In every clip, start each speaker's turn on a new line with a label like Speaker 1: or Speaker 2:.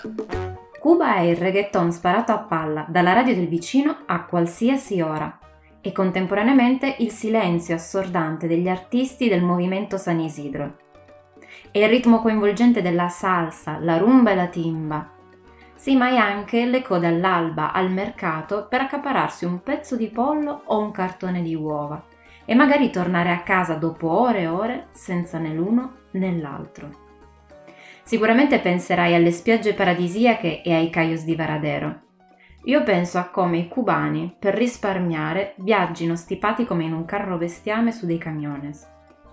Speaker 1: Cuba è il reggaeton sparato a palla dalla radio del vicino a qualsiasi ora e contemporaneamente il silenzio assordante degli artisti del movimento San Isidro. È il ritmo coinvolgente della salsa, la rumba e la timba. Sì, ma è anche le code all'alba al mercato per accaparrarsi un pezzo di pollo o un cartone di uova e magari tornare a casa dopo ore e ore senza né l'uno né l'altro. Sicuramente penserai alle spiagge paradisiache e ai cayos di Varadero. Io penso a come i cubani, per risparmiare, viaggino stipati come in un carro bestiame su dei camiones.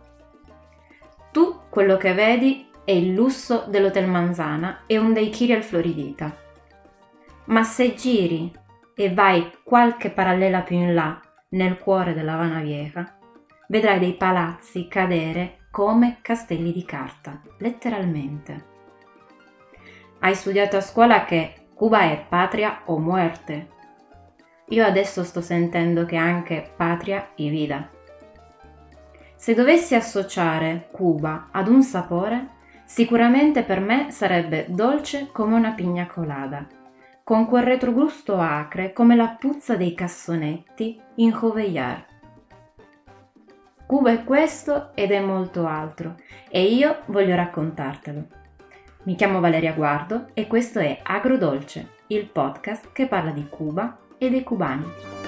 Speaker 1: Tu quello che vedi è il lusso dell'Hotel Manzana e un daiquiri al Floridita. Ma se giri e vai qualche parallela più in là, nel cuore della Habana Vieja, vedrai dei palazzi cadere come castelli di carta, letteralmente. Hai studiato a scuola che Cuba è patria o muerte. Io adesso sto sentendo che è anche patria y vida. Se dovessi associare Cuba ad un sapore, sicuramente per me sarebbe dolce come una pigna colada, con quel retrogusto acre come la puzza dei cassonetti in Jovellar. Cuba è questo ed è molto altro e io voglio raccontartelo. Mi chiamo Valeria Guardo e questo è Agrodolce, il podcast che parla di Cuba e dei cubani.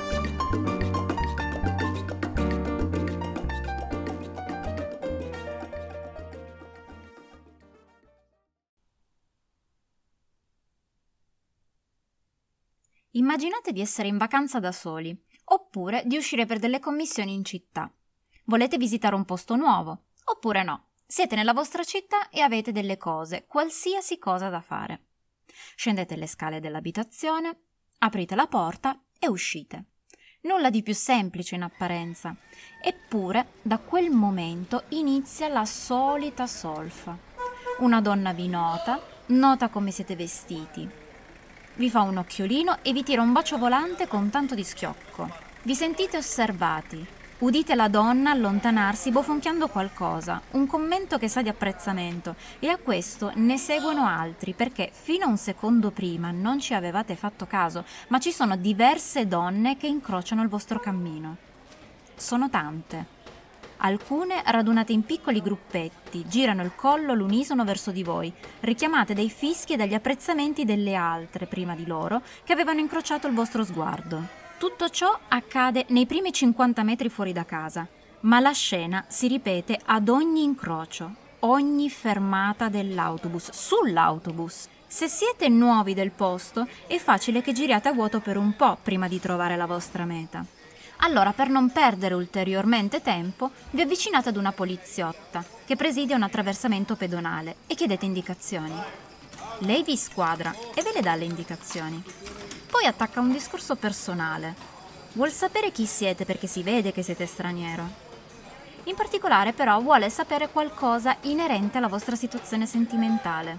Speaker 2: Immaginate di essere in vacanza da soli, oppure di uscire per delle commissioni in città. Volete visitare un posto nuovo, oppure no. Siete nella vostra città e avete delle cose, qualsiasi cosa da fare. Scendete le scale dell'abitazione, aprite la porta e uscite. Nulla di più semplice in apparenza. Eppure, da quel momento inizia la solita solfa. Una donna vi nota come siete vestiti. Vi fa un occhiolino e vi tira un bacio volante con tanto di schiocco. Vi sentite osservati. Udite la donna allontanarsi bofonchiando qualcosa, un commento che sa di apprezzamento, e a questo ne seguono altri perché fino a un secondo prima non ci avevate fatto caso, ma ci sono diverse donne che incrociano il vostro cammino. Sono tante. Alcune radunate in piccoli gruppetti, girano il collo all'unisono verso di voi, richiamate dai fischi e dagli apprezzamenti delle altre prima di loro che avevano incrociato il vostro sguardo. Tutto ciò accade nei primi 50 metri fuori da casa, ma la scena si ripete ad ogni incrocio, ogni fermata dell'autobus, sull'autobus. Se siete nuovi del posto, è facile che giriate a vuoto per un po' prima di trovare la vostra meta. Allora, per non perdere ulteriormente tempo, vi avvicinate ad una poliziotta che presidia un attraversamento pedonale e chiedete indicazioni. Lei vi squadra e ve le dà le indicazioni. Poi attacca un discorso personale. Vuol sapere chi siete perché si vede che siete straniero. In particolare, però, vuole sapere qualcosa inerente alla vostra situazione sentimentale.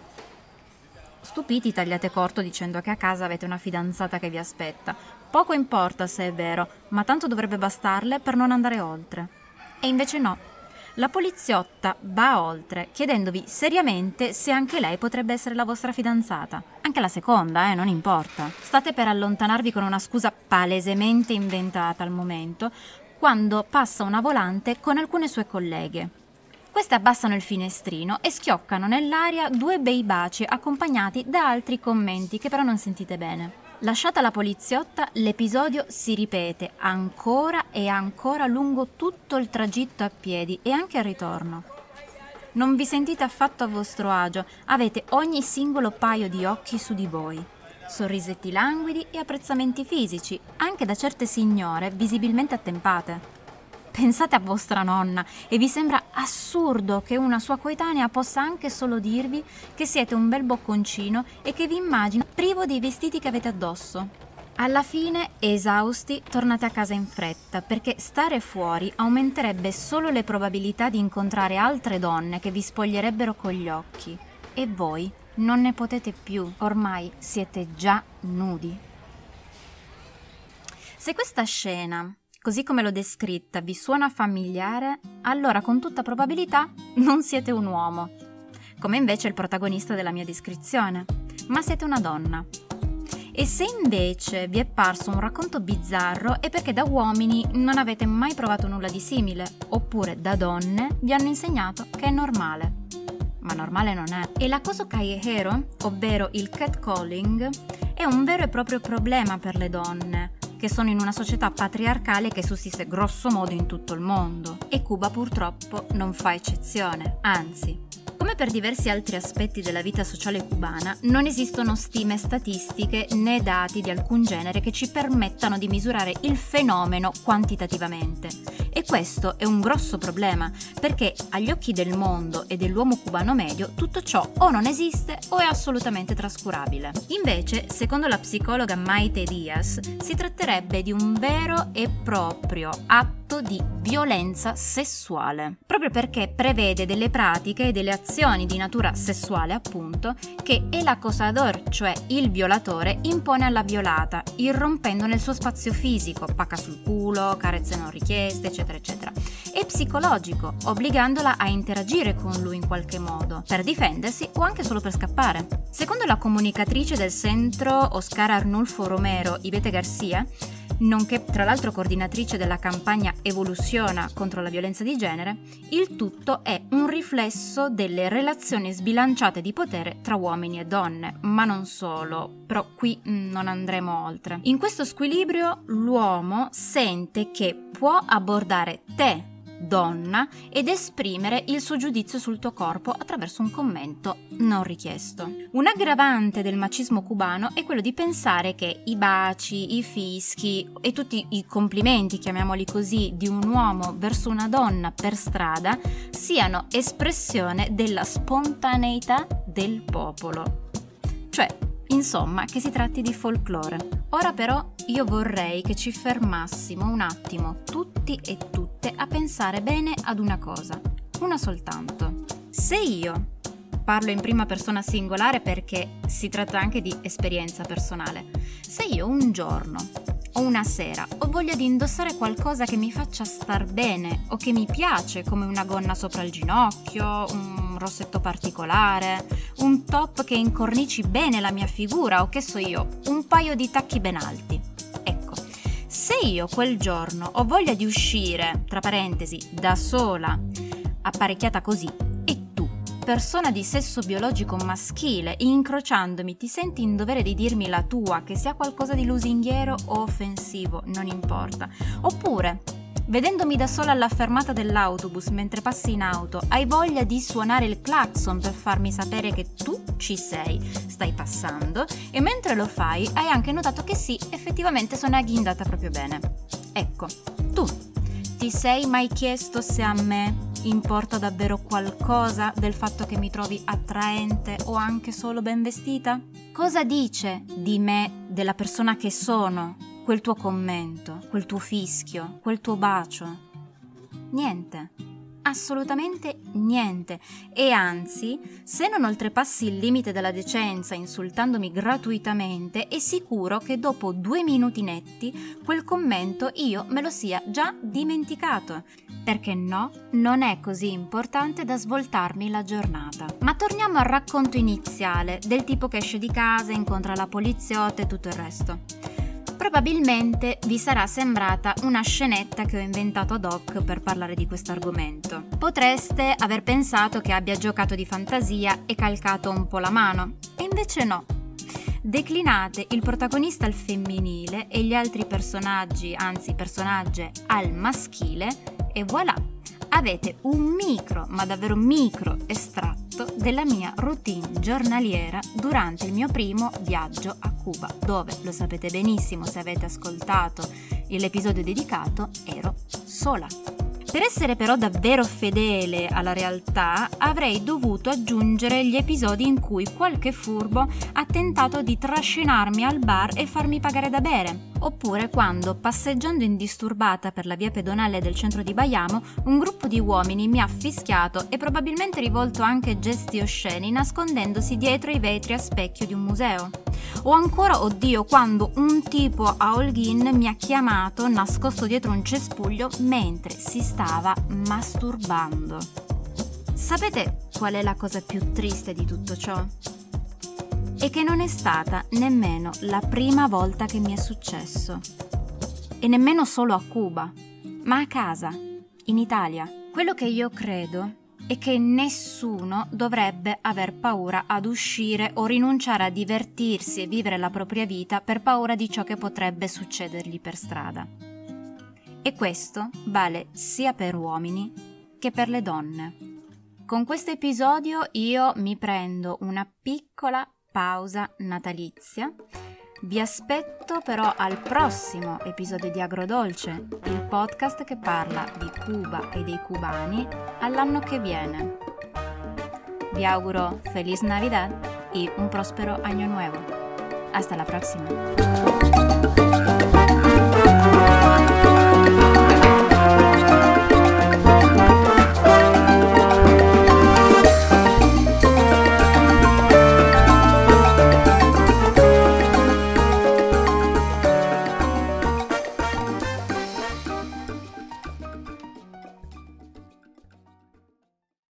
Speaker 2: Stupiti, tagliate corto dicendo che a casa avete una fidanzata che vi aspetta. Poco importa se è vero, ma tanto dovrebbe bastarle per non andare oltre. E invece no. La poliziotta va oltre, chiedendovi seriamente se anche lei potrebbe essere la vostra fidanzata. Anche la seconda, non importa. State per allontanarvi con una scusa palesemente inventata al momento, quando passa una volante con alcune sue colleghe. Queste abbassano il finestrino e schioccano nell'aria 2 bei baci accompagnati da altri commenti che però non sentite bene. Lasciata la poliziotta, l'episodio si ripete ancora e ancora lungo tutto il tragitto a piedi e anche al ritorno. Non vi sentite affatto a vostro agio, avete ogni singolo paio di occhi su di voi. Sorrisetti languidi e apprezzamenti fisici, anche da certe signore visibilmente attempate. Pensate a vostra nonna e vi sembra assurdo che una sua coetanea possa anche solo dirvi che siete un bel bocconcino e che vi immagina privo dei vestiti che avete addosso. Alla fine, esausti, tornate a casa in fretta perché stare fuori aumenterebbe solo le probabilità di incontrare altre donne che vi spoglierebbero con gli occhi. E voi non ne potete più, ormai siete già nudi. Se questa scena, così come l'ho descritta, vi suona familiare, allora con tutta probabilità non siete un uomo, come invece il protagonista della mia descrizione. ma siete una donna. E se invece vi è parso un racconto bizzarro è perché da uomini non avete mai provato nulla di simile, oppure da donne vi hanno insegnato che è normale. Ma normale non è. E l'acoso callejero, ovvero il catcalling, è un vero e proprio problema per le donne, che sono in una società patriarcale che sussiste grosso modo in tutto il mondo. E Cuba purtroppo non fa eccezione, anzi. Come per diversi altri aspetti della vita sociale cubana, non esistono stime statistiche né dati di alcun genere che ci permettano di misurare il fenomeno quantitativamente. E questo è un grosso problema, perché agli occhi del mondo e dell'uomo cubano medio tutto ciò o non esiste o è assolutamente trascurabile. Invece, secondo la psicologa Maite Diaz, si tratterebbe di un vero e proprio atto di violenza sessuale, proprio perché prevede delle pratiche e delle azioni di natura sessuale, appunto, che el acosador, cioè il violatore, impone alla violata, irrompendo nel suo spazio fisico, pacca sul culo, carezze non richieste, eccetera eccetera, e psicologico, obbligandola a interagire con lui in qualche modo, per difendersi o anche solo per scappare. Secondo la comunicatrice del centro Oscar Arnulfo Romero Ivete Garcia, nonché tra l'altro coordinatrice della campagna Evoluciona contro la violenza di genere, il tutto è un riflesso delle relazioni sbilanciate di potere tra uomini e donne, ma non solo, però qui non andremo oltre. In questo squilibrio l'uomo sente che può abbordare te, donna, ed esprimere il suo giudizio sul tuo corpo attraverso un commento non richiesto. Un aggravante del macismo cubano è quello di pensare che i baci, i fischi e tutti i complimenti, chiamiamoli così, di un uomo verso una donna per strada siano espressione della spontaneità del popolo. Cioè, insomma, che si tratti di folklore. Ora però io vorrei che ci fermassimo un attimo, tutti e tutte, a pensare bene ad una cosa, una soltanto. Se io parlo in prima persona singolare perché si tratta anche di esperienza personale, se io un giorno o una sera ho voglia di indossare qualcosa che mi faccia star bene o che mi piace, come una gonna sopra il ginocchio, un rossetto particolare, un top che incornici bene la mia figura o che so io, un paio di tacchi ben alti. Ecco, se io quel giorno ho voglia di uscire, tra parentesi, da sola, apparecchiata così, e tu, persona di sesso biologico maschile, incrociandomi, ti senti in dovere di dirmi la tua, che sia qualcosa di lusinghiero o offensivo, non importa. Oppure, vedendomi da sola alla fermata dell'autobus mentre passi in auto, hai voglia di suonare il clacson per farmi sapere che tu ci sei, stai passando, e mentre lo fai hai anche notato che sì, effettivamente sono agghindata proprio bene. Ecco, tu ti sei mai chiesto se a me importa davvero qualcosa del fatto che mi trovi attraente o anche solo ben vestita? Cosa dice di me, della persona che sono, quel tuo commento, quel tuo fischio, quel tuo bacio? Niente, assolutamente niente. E anzi, se non oltrepassi il limite della decenza insultandomi gratuitamente, è sicuro che dopo 2 minuti netti quel commento io me lo sia già dimenticato, perché no, non è così importante da svoltarmi la giornata. Ma torniamo al racconto iniziale, del tipo che esce di casa, incontra la poliziotta e tutto il resto. Probabilmente vi sarà sembrata una scenetta che ho inventato ad hoc per parlare di questo argomento. Potreste aver pensato che abbia giocato di fantasia e calcato un po' la mano, e invece no. Declinate il protagonista al femminile e gli altri personaggi, anzi personagge, al maschile, e voilà! Avete un micro, ma davvero micro estratto della mia routine giornaliera durante il mio primo viaggio a Cuba, dove, lo sapete benissimo se avete ascoltato l'episodio dedicato, ero sola. Per essere però davvero fedele alla realtà, avrei dovuto aggiungere gli episodi in cui qualche furbo ha tentato di trascinarmi al bar e farmi pagare da bere, oppure quando, passeggiando indisturbata per la via pedonale del centro di Bayamo, un gruppo di uomini mi ha fischiato e probabilmente rivolto anche gesti osceni nascondendosi dietro i vetri a specchio di un museo. O ancora, oddio, quando un tipo a Holguín mi ha chiamato nascosto dietro un cespuglio mentre si stava masturbando. Sapete qual è la cosa più triste di tutto ciò? è che non è stata nemmeno la prima volta che mi è successo. E nemmeno solo a Cuba, ma a casa, in Italia. Quello che io credo è che nessuno dovrebbe aver paura ad uscire o rinunciare a divertirsi e vivere la propria vita per paura di ciò che potrebbe succedergli per strada. E questo vale sia per uomini che per le donne. Con questo episodio io mi prendo una piccola pausa natalizia. Vi aspetto però al prossimo episodio di Agrodolce, il podcast che parla di Cuba e dei cubani all'anno che viene. Vi auguro Feliz Navidad y un próspero año nuevo. Hasta la próxima.